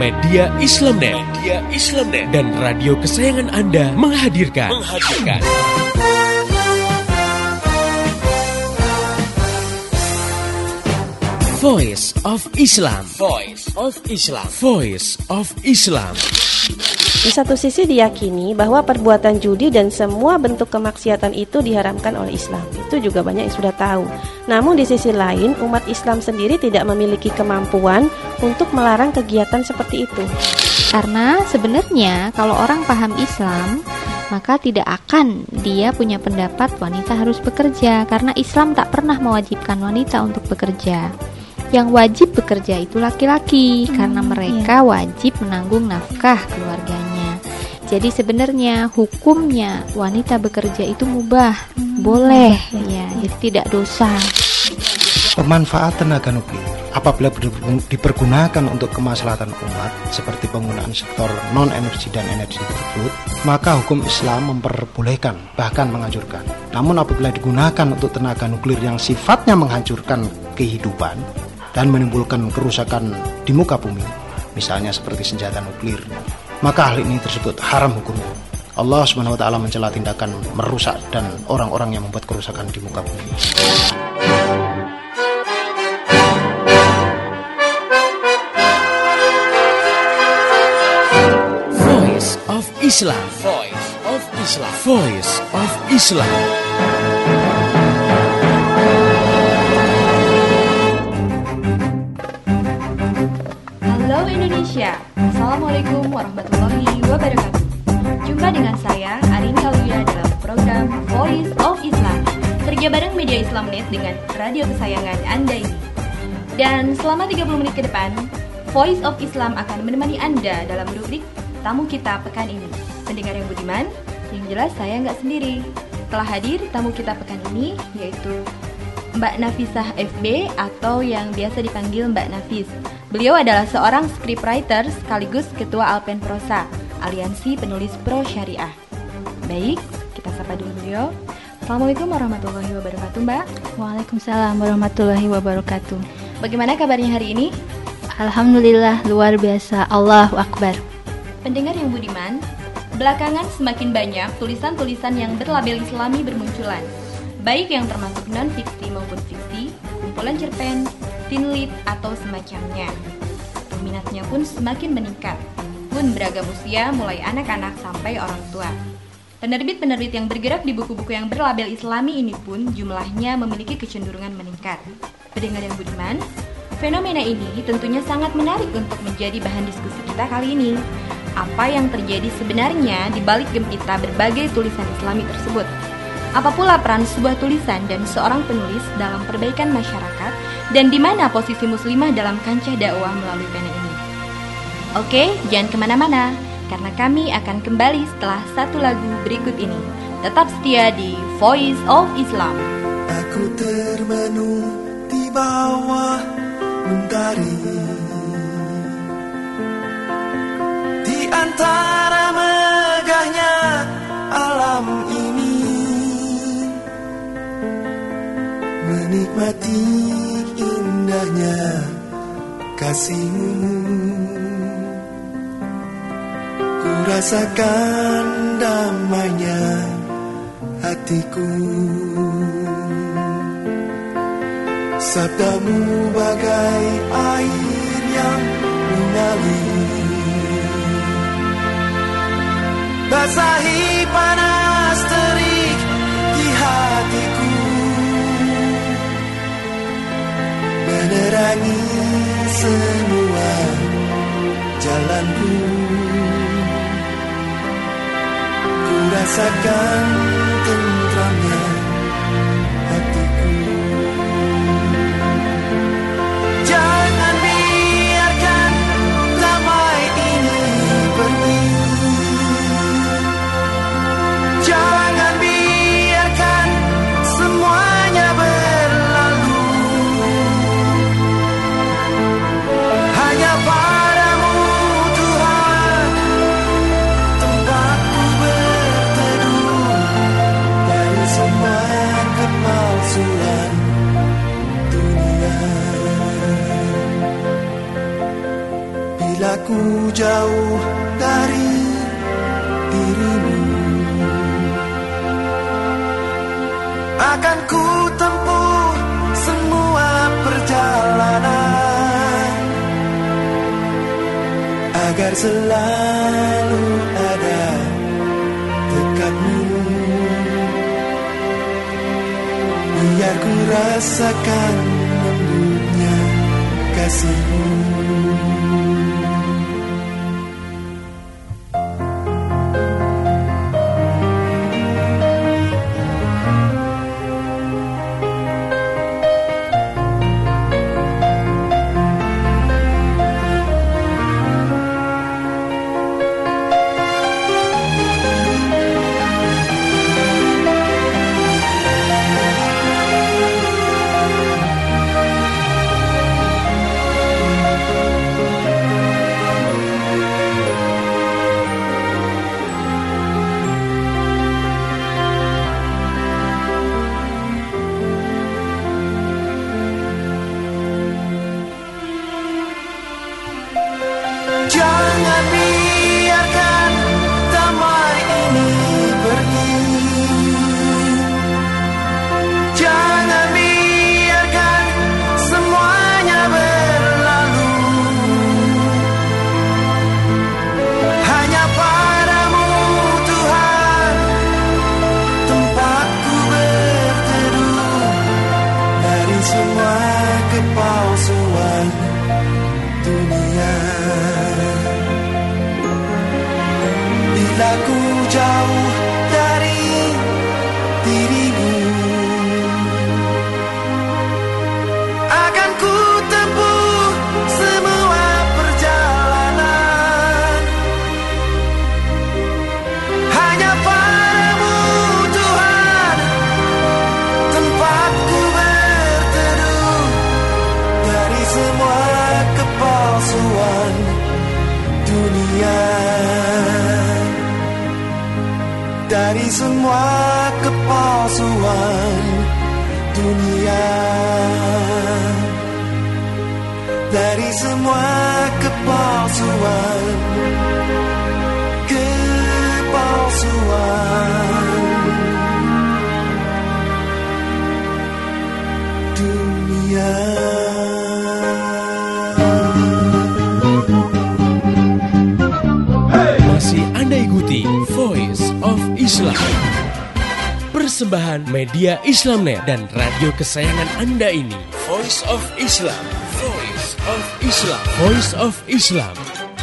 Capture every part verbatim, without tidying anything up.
Media Islamnet, Media Islamnet dan radio kesayangan Anda menghadirkan, menghadirkan. Voice of Islam, Voice of Islam, Voice of Islam. Di satu sisi diyakini bahwa perbuatan judi dan semua bentuk kemaksiatan itu diharamkan oleh Islam. Itu juga banyak yang sudah tahu. Namun di sisi lain, umat Islam sendiri tidak memiliki kemampuan untuk melarang kegiatan seperti itu. Karena sebenarnya kalau orang paham Islam, maka tidak akan dia punya pendapat wanita harus bekerja, karena Islam tak pernah mewajibkan wanita untuk bekerja. Yang wajib bekerja itu laki-laki, hmm, karena mereka iya. wajib menanggung nafkah keluarganya. Jadi sebenarnya hukumnya wanita bekerja itu mubah, hmm, boleh, ya, jadi tidak dosa. Pemanfaatan tenaga nuklir apabila dipergunakan untuk kemaslahatan umat seperti penggunaan sektor non-energi dan energi tersebut, maka hukum Islam memperbolehkan, bahkan menganjurkan. Namun apabila digunakan untuk tenaga nuklir yang sifatnya menghancurkan kehidupan dan menimbulkan kerusakan di muka bumi, misalnya seperti senjata nuklir, maka hal ini tersebut haram hukumnya. Allah subhanahu wa taala mencela tindakan merusak dan orang-orang yang membuat kerusakan di muka bumi. Voice of Islam, Voice of Islam, Voice of Islam. Halo Indonesia, Assalamualaikum warahmatullahi wabarakatuh. Jumpa dengan saya, Arini Aulia dalam program Voice of Islam, kerja bareng Media Islamnet dengan radio kesayangan Anda ini. Dan selama tiga puluh menit ke depan, Voice of Islam akan menemani Anda dalam rubrik Tamu Kita Pekan ini. Pendengar yang budiman, yang jelas saya nggak sendiri. Telah hadir tamu kita pekan ini, yaitu Mbak Nafisah F B atau yang biasa dipanggil Mbak Nafis. Beliau adalah seorang scriptwriter sekaligus Ketua Alpen Prosa, Aliansi Penulis Pro Syariah. Baik, kita sapa dulu beliau. Assalamualaikum warahmatullahi wabarakatuh, Mbak. Waalaikumsalam warahmatullahi wabarakatuh. Bagaimana kabarnya hari ini? Alhamdulillah, luar biasa. Allahu Akbar. Pendengar yang budiman, belakangan semakin banyak tulisan-tulisan yang berlabel Islami bermunculan, baik yang termasuk non-fiksi maupun fiksi, kumpulan cerpen, teen lit, atau semacamnya. Peminatnya pun semakin meningkat, pun beragam usia mulai anak-anak sampai orang tua. Penerbit-penerbit yang bergerak di buku-buku yang berlabel Islami ini pun jumlahnya memiliki kecenderungan meningkat. Pendengar yang budiman, fenomena ini tentunya sangat menarik untuk menjadi bahan diskusi kita kali ini. Apa yang terjadi sebenarnya di balik gempita berbagai tulisan Islami tersebut? Apa pula peran sebuah tulisan dan seorang penulis dalam perbaikan masyarakat, dan di mana posisi muslimah dalam kancah dakwah melalui pena ini? Oke, jangan kemana-mana, karena kami akan kembali setelah satu lagu berikut ini. Tetap setia di Voice of Islam. Aku termenung di bawah mentari, di antara megahnya alam ini, menikmati indahnya kasih-Mu. Ku rasakan damainya hatiku. Sabda-Mu bagai air yang mengalir, basahi panas terik di hatiku, menerangi semua jalanku. Ku rasakan tentramnya hatiku. Jangan biarkan damai ini pergi. Jangan biarkan semuanya berlalu. Hanya padamu Tuhan tempatku berteduh. biar selalu ada dekatmu, biar ku rasakan lembutnya kasihmu. Jangan biarkan damai ini pergi, jangan biarkan semuanya berlalu. Hanya padamu Tuhan tempatku berteduh dari semua kepalsuan dunia. Bila ku jauh dari dirimu, akan ku tempuh semua perjalanan. Hanya padamu Tuhan tempatku berteduh dari semua kepalsuan dunia, dari semua kepalsuan dunia, dari semua kepalsuan kepalsuan dunia. Masih Anda ikuti Voice of Islam, persembahan media Islamnet dan radio kesayangan Anda ini. Voice of Islam, Voice of Islam, Voice of Islam.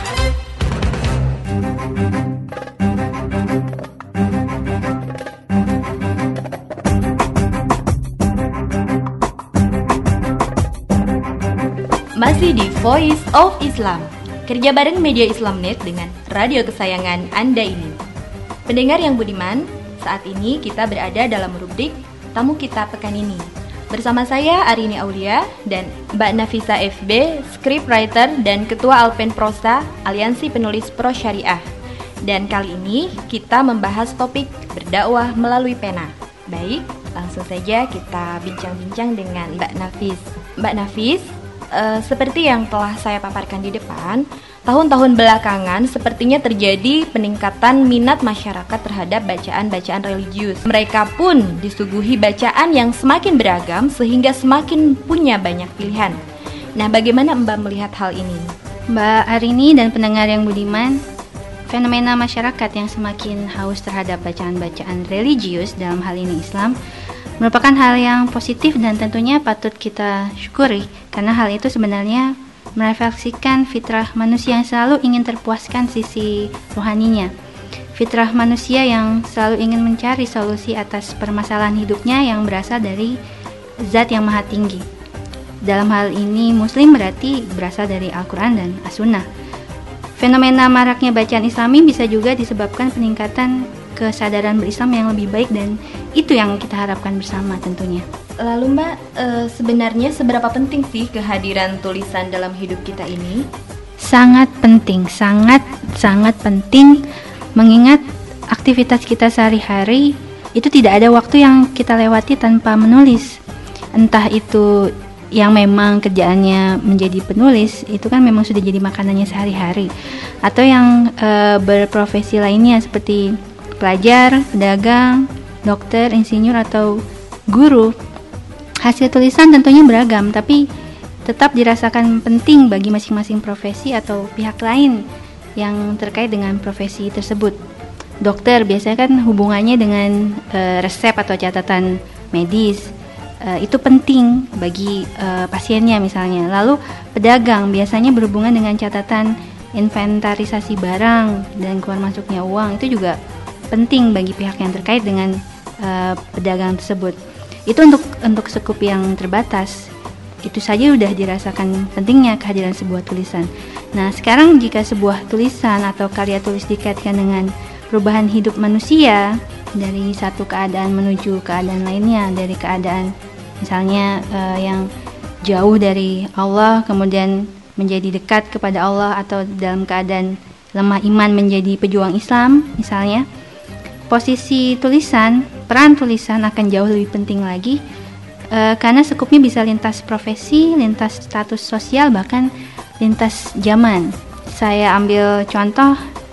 Masih di Voice of Islam, kerja bareng media Islamnet dengan radio kesayangan Anda ini. Pendengar yang budiman, saat ini kita berada dalam rubrik Tamu Kita Pekan ini. Bersama saya Arini Aulia dan Mbak Nafisa F B, scriptwriter dan Ketua Alpen Prosa, Aliansi Penulis Pro Syariah. Dan kali ini kita membahas topik berdakwah melalui pena. Baik, langsung saja kita bincang-bincang dengan Mbak Nafis. Mbak Nafis, Uh, seperti yang telah saya paparkan di depan, tahun-tahun belakangan sepertinya terjadi peningkatan minat masyarakat terhadap bacaan-bacaan religius. Mereka pun disuguhi bacaan yang semakin beragam sehingga semakin punya banyak pilihan. Nah, bagaimana Mbak melihat hal ini? Mbak Arini dan pendengar yang budiman, fenomena masyarakat yang semakin haus terhadap bacaan-bacaan religius, dalam hal ini Islam, merupakan hal yang positif dan tentunya patut kita syukuri, karena hal itu sebenarnya merefleksikan fitrah manusia yang selalu ingin terpuaskan sisi rohaninya. Fitrah manusia yang selalu ingin mencari solusi atas permasalahan hidupnya yang berasal dari Zat yang Maha Tinggi. Dalam hal ini Muslim berarti berasal dari Al-Quran dan As-Sunnah. Fenomena maraknya bacaan Islami bisa juga disebabkan peningkatan kesadaran berislam yang lebih baik, dan itu yang kita harapkan bersama tentunya. Lalu Mbak, e, sebenarnya seberapa penting sih kehadiran tulisan dalam hidup kita ini? Sangat penting, sangat sangat penting, mengingat aktivitas kita sehari-hari itu tidak ada waktu yang kita lewati tanpa menulis. Entah itu yang memang kerjaannya menjadi penulis, itu kan memang sudah jadi makanannya sehari-hari, atau yang e, berprofesi lainnya seperti pelajar, pedagang, dokter, insinyur, atau guru. Hasil tulisan tentunya beragam, tapi tetap dirasakan penting bagi masing-masing profesi atau pihak lain yang terkait dengan profesi tersebut. Dokter biasanya kan hubungannya dengan uh, resep atau catatan medis, uh, itu penting bagi uh, pasiennya misalnya. Lalu pedagang biasanya berhubungan dengan catatan inventarisasi barang dan keluar masuknya uang, itu juga penting bagi pihak yang terkait dengan uh, pedagang tersebut. Itu untuk untuk skup yang terbatas. Itu saja sudah dirasakan pentingnya kehadiran sebuah tulisan. Nah, sekarang jika sebuah tulisan atau karya tulis dikaitkan dengan perubahan hidup manusia dari satu keadaan menuju keadaan lainnya, dari keadaan misalnya uh, yang jauh dari Allah kemudian menjadi dekat kepada Allah, atau dalam keadaan lemah iman menjadi pejuang Islam misalnya, posisi tulisan, peran tulisan akan jauh lebih penting lagi uh, karena sekupnya bisa lintas profesi, lintas status sosial, bahkan lintas zaman. Saya ambil contoh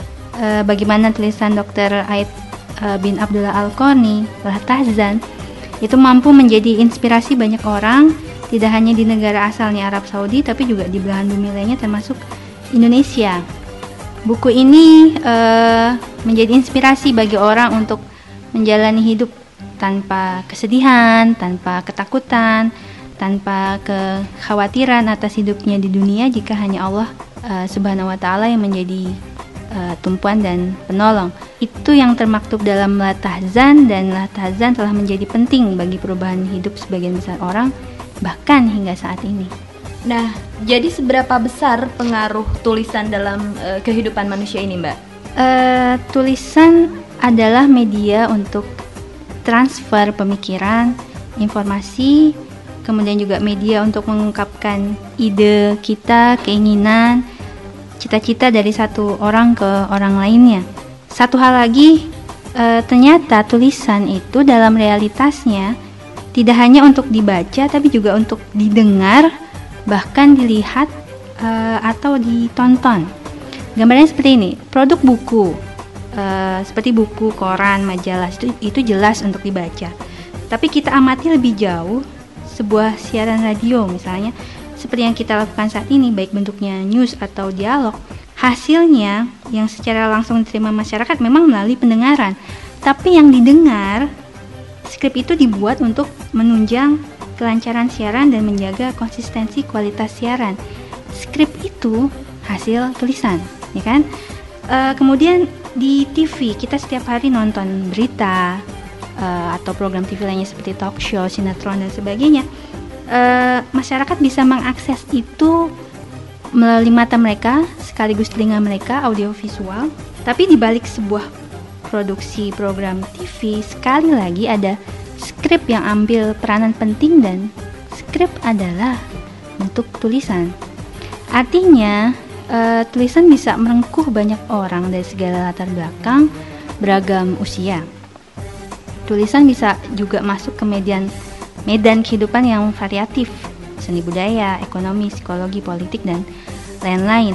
Uh, bagaimana tulisan dokter Aid uh, bin Abdullah Al-Qarni, Lahtahzan, itu mampu menjadi inspirasi banyak orang, tidak hanya di negara asalnya Arab Saudi, tapi juga di belahan bumi lainnya termasuk Indonesia. Buku ini uh, menjadi inspirasi bagi orang untuk menjalani hidup tanpa kesedihan, tanpa ketakutan, tanpa kekhawatiran atas hidupnya di dunia, jika hanya Allah uh, Subhanahu wa Ta'ala yang menjadi Uh, tumpuan dan penolong. Itu yang termaktub dalam Lahtahzan, dan Lahtahzan telah menjadi penting bagi perubahan hidup sebagian besar orang, bahkan hingga saat ini. Nah, jadi seberapa besar pengaruh tulisan dalam uh, kehidupan manusia ini, Mbak? Uh, tulisan adalah media untuk transfer pemikiran, informasi, kemudian juga media untuk mengungkapkan ide kita, keinginan, cita-cita dari satu orang ke orang lainnya. Satu hal lagi, e, ternyata tulisan itu dalam realitasnya tidak hanya untuk dibaca, tapi juga untuk didengar, bahkan dilihat e, atau ditonton. Gambarnya seperti ini, produk buku, e, seperti buku, koran, majalah, itu, itu jelas untuk dibaca. Tapi kita amati lebih jauh sebuah siaran radio misalnya, seperti yang kita lakukan saat ini, baik bentuknya news atau dialog, hasilnya yang secara langsung diterima masyarakat memang melalui pendengaran. Tapi yang didengar, skrip itu dibuat untuk menunjang kelancaran siaran dan menjaga konsistensi kualitas siaran. Skrip itu hasil tulisan, ya kan? E, kemudian di T V kita setiap hari nonton berita e, atau program T V lainnya seperti talk show, sinetron dan sebagainya. Uh, masyarakat bisa mengakses itu melalui mata mereka sekaligus telinga mereka, audiovisual. Tapi di balik sebuah produksi program T V, sekali lagi ada skrip yang ambil peranan penting, dan skrip adalah bentuk tulisan. Artinya uh, tulisan bisa merengkuh banyak orang dari segala latar belakang, beragam usia. Tulisan bisa juga masuk ke median medan kehidupan yang variatif, seni budaya, ekonomi, psikologi, politik, dan lain-lain.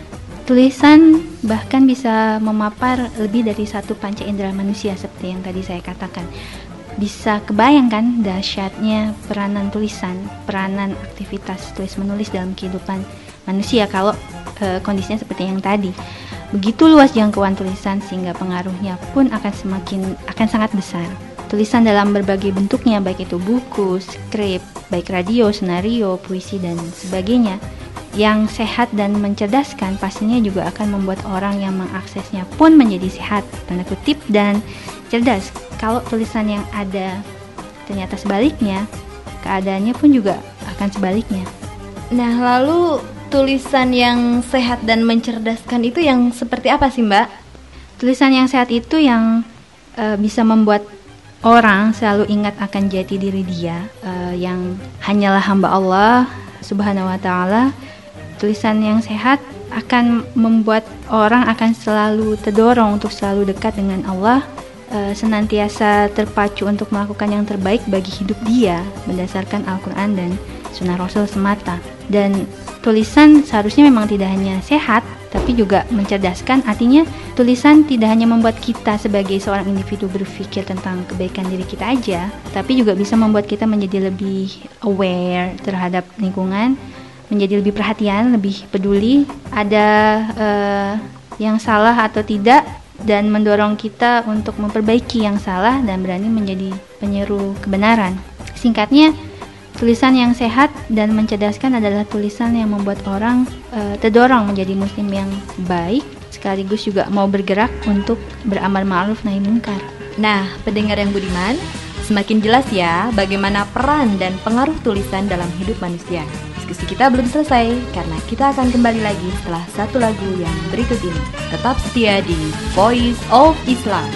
Tulisan bahkan bisa memapar lebih dari satu panca indera manusia seperti yang tadi saya katakan. Bisa kebayangkan dahsyatnya peranan tulisan, peranan aktivitas tulis-menulis dalam kehidupan manusia kalau e, kondisinya seperti yang tadi. Begitu luas jangkauan tulisan sehingga pengaruhnya pun akan semakin akan sangat besar. Tulisan dalam berbagai bentuknya, baik itu buku, skrip, baik radio, senario, puisi, dan sebagainya, yang sehat dan mencerdaskan pastinya juga akan membuat orang yang mengaksesnya pun menjadi sehat, tanda kutip, dan cerdas. Kalau tulisan yang ada ternyata sebaliknya, keadaannya pun juga akan sebaliknya. Nah, lalu tulisan yang sehat dan mencerdaskan itu yang seperti apa sih, Mbak? Tulisan yang sehat itu yang e, bisa membuat orang selalu ingat akan jati diri dia, uh, yang hanyalah hamba Allah Subhanahu wa Ta'ala. Tulisan yang sehat akan membuat orang akan selalu terdorong untuk selalu dekat dengan Allah, uh, senantiasa terpacu untuk melakukan yang terbaik bagi hidup dia berdasarkan Al-Quran dan Sunnah Rasul semata. Dan tulisan seharusnya memang tidak hanya sehat, tapi juga mencerdaskan. Artinya tulisan tidak hanya membuat kita sebagai seorang individu berpikir tentang kebaikan diri kita aja, tapi juga bisa membuat kita menjadi lebih aware terhadap lingkungan, menjadi lebih perhatian, lebih peduli. Ada uh, yang salah atau tidak, dan mendorong kita untuk memperbaiki yang salah dan berani menjadi penyeru kebenaran. Singkatnya, tulisan yang sehat dan mencerdaskan adalah tulisan yang membuat orang e, terdorong menjadi muslim yang baik, sekaligus juga mau bergerak untuk beramal ma'ruf nahi munkar. Nah, pendengar yang budiman, semakin jelas ya bagaimana peran dan pengaruh tulisan dalam hidup manusia. Diskusi kita belum selesai karena kita akan kembali lagi setelah satu lagu yang berikut ini. Tetap setia di Voice of Islam.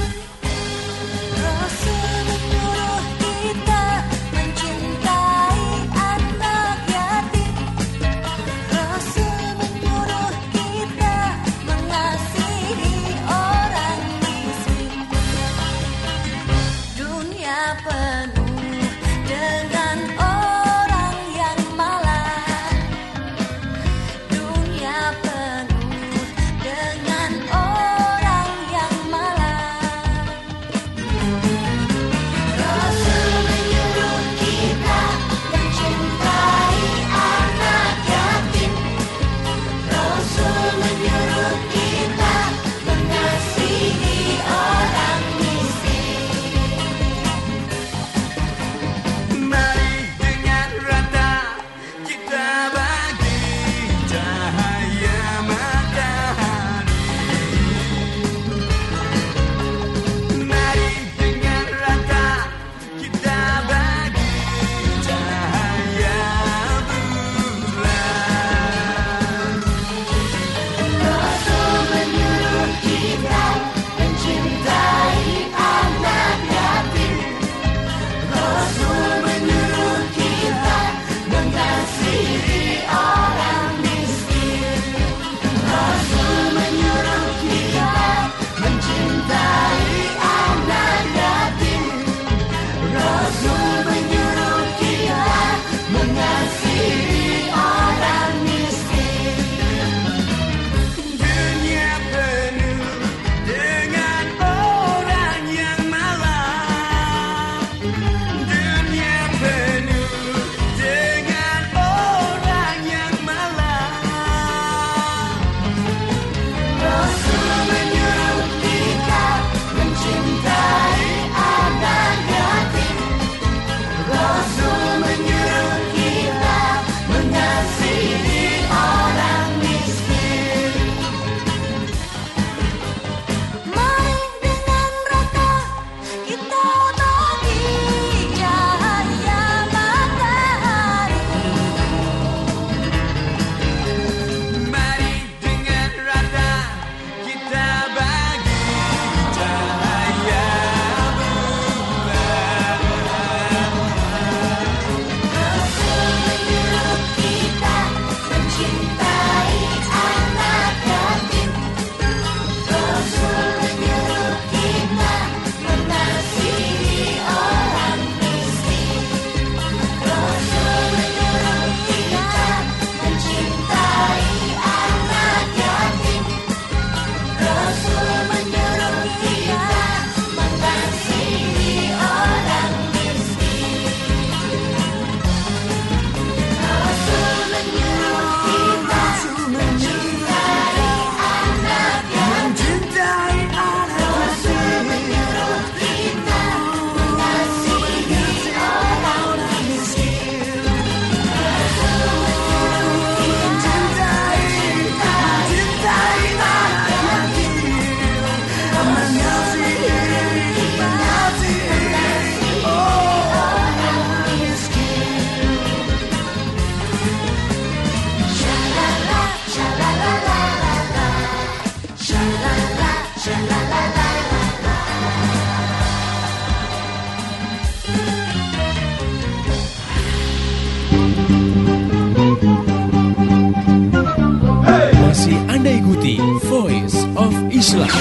Voice of Islam,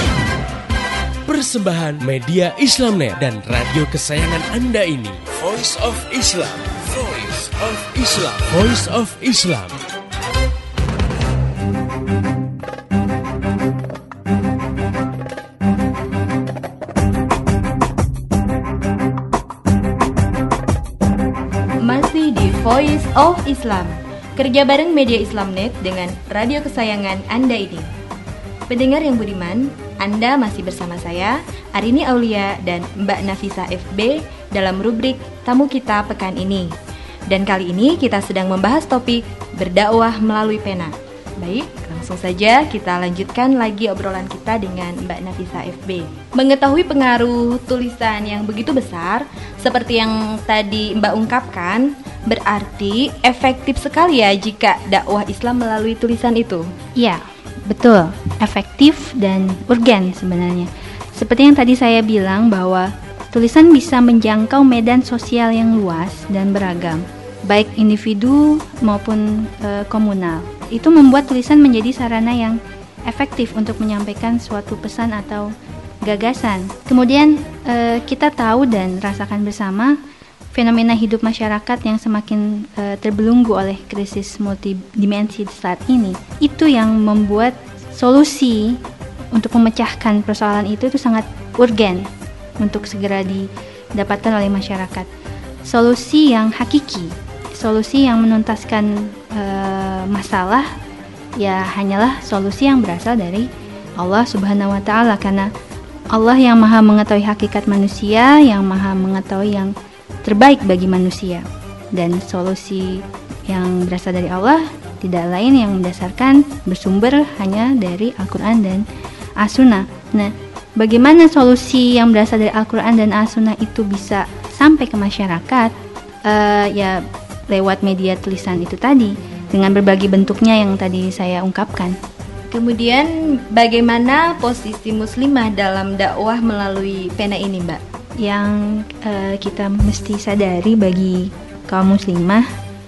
persembahan media Islamnet dan radio kesayangan Anda ini. Voice of Islam, Voice of Islam, Voice of Islam. Masih di Voice of Islam, kerja bareng media Islamnet dengan radio kesayangan Anda ini. Pendengar yang budiman, Anda masih bersama saya, Arini Aulia dan Mbak Nafisa F B dalam rubrik Tamu Kita Pekan ini. Dan kali ini kita sedang membahas topik berdakwah melalui pena. Baik, langsung saja kita lanjutkan lagi obrolan kita dengan Mbak Nafisa F B. Mengetahui pengaruh tulisan yang begitu besar, seperti yang tadi Mbak ungkapkan, berarti efektif sekali ya jika dakwah Islam melalui tulisan itu. Ya, betul, efektif dan urgen sebenarnya. Seperti yang tadi saya bilang bahwa tulisan bisa menjangkau medan sosial yang luas dan beragam, baik individu maupun e, komunal. Itu membuat tulisan menjadi sarana yang efektif untuk menyampaikan suatu pesan atau gagasan. Kemudian e, kita tahu dan rasakan bersama fenomena hidup masyarakat yang semakin e, terbelenggu oleh krisis multidimensi saat ini. Itu yang membuat solusi untuk memecahkan persoalan itu itu sangat urgen untuk segera didapatkan oleh masyarakat. Solusi yang hakiki, solusi yang menuntaskan e, masalah ya hanyalah solusi yang berasal dari Allah Subhanahu wa taala, karena Allah yang Maha mengetahui hakikat manusia, yang Maha mengetahui yang terbaik bagi manusia. Dan solusi yang berasal dari Allah tidak lain yang mendasarkan bersumber hanya dari Al-Quran dan As-Sunnah. Nah, bagaimana solusi yang berasal dari Al-Quran dan As-Sunnah itu bisa sampai ke masyarakat? Uh, ya lewat media tulisan itu tadi, dengan berbagai bentuknya yang tadi saya ungkapkan. Kemudian bagaimana posisi muslimah dalam dakwah melalui pena ini, Mbak? Yang uh, kita mesti sadari bagi kaum muslimah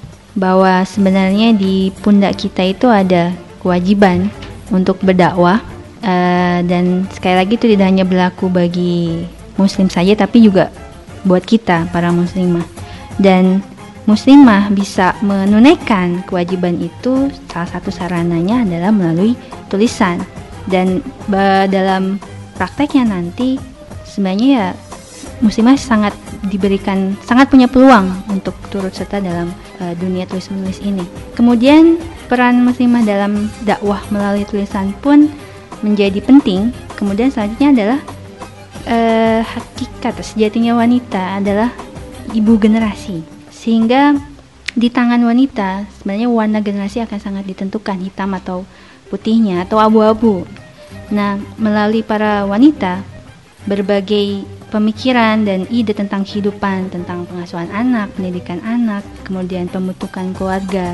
bahwa sebenarnya di pundak kita itu ada kewajiban untuk berdakwah, uh, dan sekali lagi itu tidak hanya berlaku bagi muslim saja tapi juga buat kita para muslimah. Dan muslimah bisa menunaikan kewajiban itu, salah satu sarananya adalah melalui tulisan. Dan uh, dalam prakteknya nanti sebenarnya ya muslimah sangat diberikan, sangat punya peluang untuk turut serta dalam uh, dunia tulis-menulis ini. Kemudian peran muslimah dalam dakwah melalui tulisan pun menjadi penting. Kemudian selanjutnya adalah uh, hakikat sejatinya wanita adalah ibu generasi, sehingga di tangan wanita sebenarnya warna generasi akan sangat ditentukan, hitam atau putihnya atau abu-abu. Nah, melalui para wanita, berbagai pemikiran dan ide tentang kehidupan, tentang pengasuhan anak, pendidikan anak, kemudian pembentukan keluarga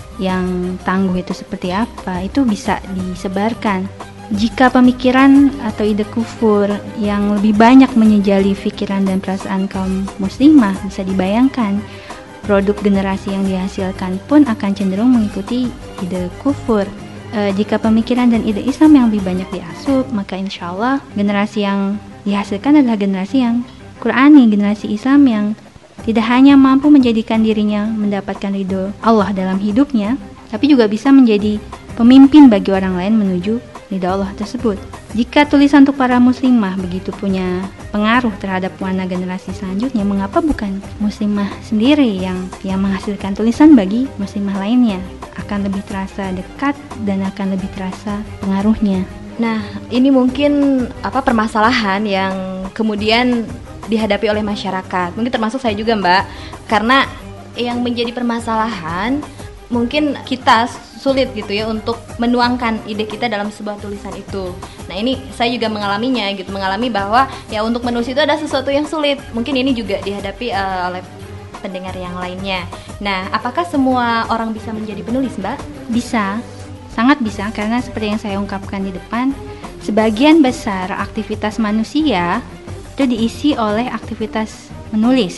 yang tangguh itu seperti apa, itu bisa disebarkan. Jika pemikiran atau ide kufur yang lebih banyak menyejali pikiran dan perasaan kaum muslimah, bisa dibayangkan produk generasi yang dihasilkan pun akan cenderung mengikuti ide kufur. E, jika pemikiran dan ide Islam yang lebih banyak diasup, maka insya Allah generasi yang dihasilkan adalah generasi yang Qur'ani, generasi Islam yang tidak hanya mampu menjadikan dirinya mendapatkan ridho Allah dalam hidupnya, tapi juga bisa menjadi pemimpin bagi orang lain menuju ridho Allah tersebut. Jika tulisan untuk para muslimah begitu punya pengaruh terhadap warna generasi selanjutnya, mengapa bukan muslimah sendiri yang yang menghasilkan tulisan bagi muslimah lainnya? Akan lebih terasa dekat dan akan lebih terasa pengaruhnya. Nah, ini mungkin apa permasalahan yang kemudian dihadapi oleh masyarakat. Mungkin termasuk saya juga, Mbak. Karena yang menjadi permasalahan mungkin kita sulit gitu ya untuk menuangkan ide kita dalam sebuah tulisan itu. Nah, ini saya juga mengalaminya gitu, mengalami bahwa ya untuk menulis itu ada sesuatu yang sulit. Mungkin ini juga dihadapi uh, oleh pendengar yang lainnya. Nah, apakah semua orang bisa menjadi penulis, Mbak? Bisa. Sangat bisa, karena seperti yang saya ungkapkan di depan, sebagian besar aktivitas manusia itu diisi oleh aktivitas menulis.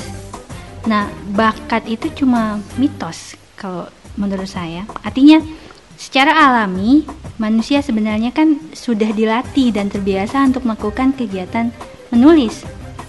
Nah, bakat itu cuma mitos kalau menurut saya. Artinya, secara alami, manusia sebenarnya kan sudah dilatih dan terbiasa untuk melakukan kegiatan menulis.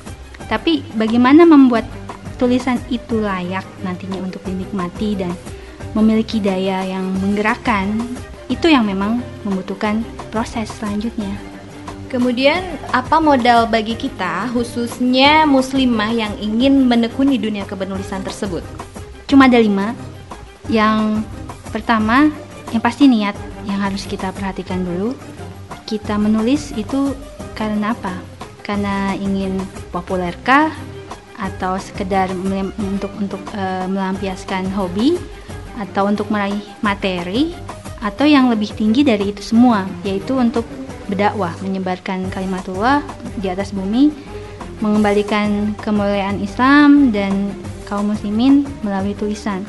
Tapi bagaimana membuat tulisan itu layak nantinya untuk dinikmati dan memiliki daya yang menggerakkan, itu yang memang membutuhkan proses selanjutnya. Kemudian apa modal bagi kita, khususnya muslimah yang ingin menekuni dunia kepenulisan tersebut? Cuma ada lima. Yang pertama, yang pasti niat yang harus kita perhatikan dulu. kita menulis itu karena apa? Karena ingin populerkah? Atau sekedar melem- untuk untuk uh, melampiaskan hobi? Atau untuk meraih materi? Atau yang lebih tinggi dari itu semua, yaitu untuk berdakwah, menyebarkan kalimatullah di atas bumi, mengembalikan kemuliaan Islam dan kaum muslimin melalui tulisan.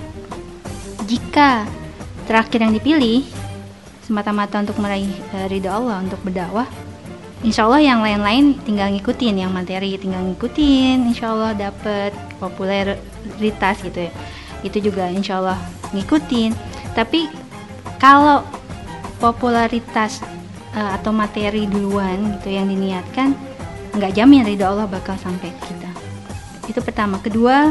Jika terakhir yang dipilih semata-mata untuk meraih uh, ridha Allah, untuk berdakwah, insya Allah yang lain-lain tinggal ngikutin, yang materi tinggal ngikutin, insya Allah dapat popularitas gitu ya. Itu juga insya Allah ngikutin. Tapi kalau popularitas uh, atau materi duluan gitu yang diniatkan, nggak jamin ridha Allah bakal sampai ke kita. Itu pertama. Kedua,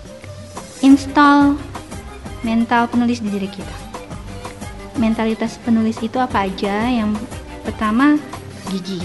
install mental penulis di diri kita. Mentalitas penulis itu apa aja? Yang pertama, gigih,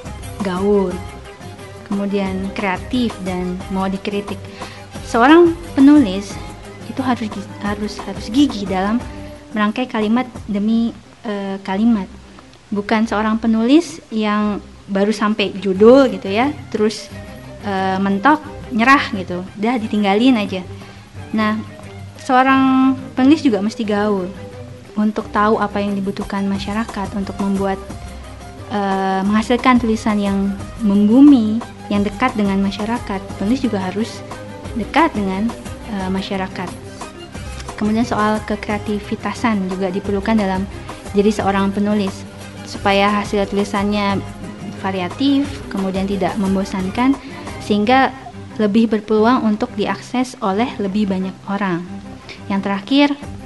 gaul, kemudian kreatif dan mau dikritik. Seorang penulis itu harus harus harus gigih dalam merangkai kalimat demi uh, kalimat. Bukan seorang penulis yang baru sampai judul gitu ya, terus uh, mentok, nyerah gitu, udah ditinggalin aja. Nah, seorang penulis juga mesti gaul untuk tahu apa yang dibutuhkan masyarakat, untuk membuat uh, menghasilkan tulisan yang membumi, yang dekat dengan masyarakat. Penulis juga harus dekat dengan uh, masyarakat. Kemudian soal kekreativitasan juga diperlukan dalam diri seorang penulis supaya hasil tulisannya variatif, kemudian tidak membosankan, sehingga lebih berpeluang untuk diakses oleh lebih banyak orang. Yang terakhir,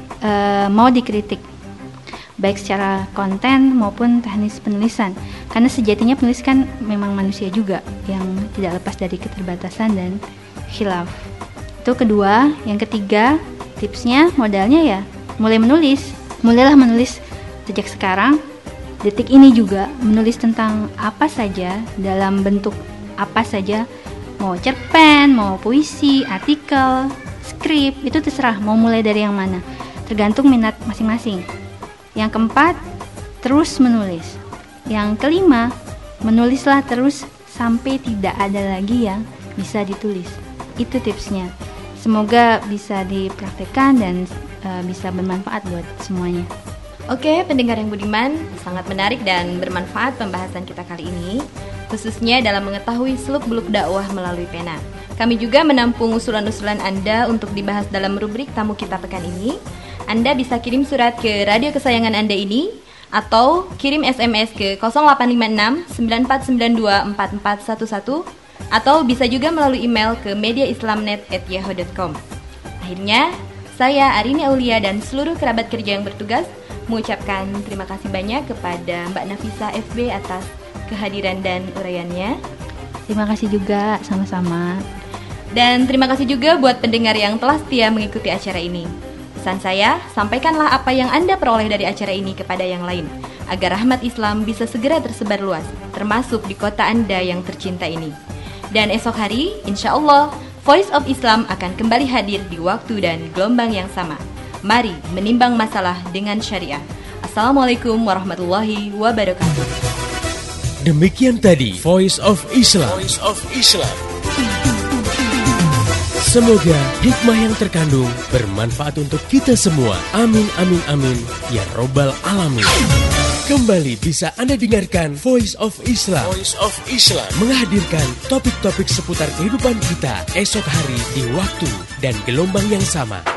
uh, mau dikritik, baik secara konten maupun teknis penulisan, karena sejatinya penulis kan memang manusia juga yang tidak lepas dari keterbatasan dan khilaf. Itu kedua. Yang ketiga, tipsnya, modalnya ya mulai menulis. Mulailah menulis sejak sekarang, detik ini juga, menulis tentang apa saja, dalam bentuk apa saja, mau cerpen, mau puisi, artikel, skrip, itu terserah mau mulai dari yang mana, tergantung minat masing-masing. Yang keempat, terus menulis. Yang kelima, menulislah terus sampai tidak ada lagi yang bisa ditulis. Itu tipsnya. Semoga bisa dipraktekkan dan uh, bisa bermanfaat buat semuanya. Oke, pendengar yang budiman, sangat menarik dan bermanfaat pembahasan kita kali ini, khususnya dalam mengetahui seluk-beluk dakwah melalui pena. Kami juga menampung usulan-usulan Anda untuk dibahas dalam rubrik tamu kita pekan ini. Anda bisa kirim surat ke radio kesayangan Anda ini, atau kirim S M S ke nol delapan lima enam sembilan empat sembilan dua empat empat satu satu, atau bisa juga melalui email ke mediaislamnet at yahoo dot com. Akhirnya, saya Arini Aulia dan seluruh kerabat kerja yang bertugas mengucapkan terima kasih banyak kepada Mbak Nafisa F B atas kehadiran dan uraiannya. Terima kasih juga, sama-sama. Dan terima kasih juga buat pendengar yang telah setia mengikuti acara ini. Pesan saya, sampaikanlah apa yang Anda peroleh dari acara ini kepada yang lain, agar rahmat Islam bisa segera tersebar luas, termasuk di kota Anda yang tercinta ini. Dan esok hari, insya Allah, Voice of Islam akan kembali hadir di waktu dan gelombang yang sama. Mari menimbang masalah dengan syariah. Assalamualaikum warahmatullahi wabarakatuh. Demikian tadi Voice of Islam. Voice of Islam. Semoga hikmah yang terkandung bermanfaat untuk kita semua. Amin, amin, amin. Ya Robbal Alamin. Kembali bisa Anda dengarkan Voice of Islam. Voice of Islam menghadirkan topik-topik seputar kehidupan kita esok hari di waktu dan gelombang yang sama.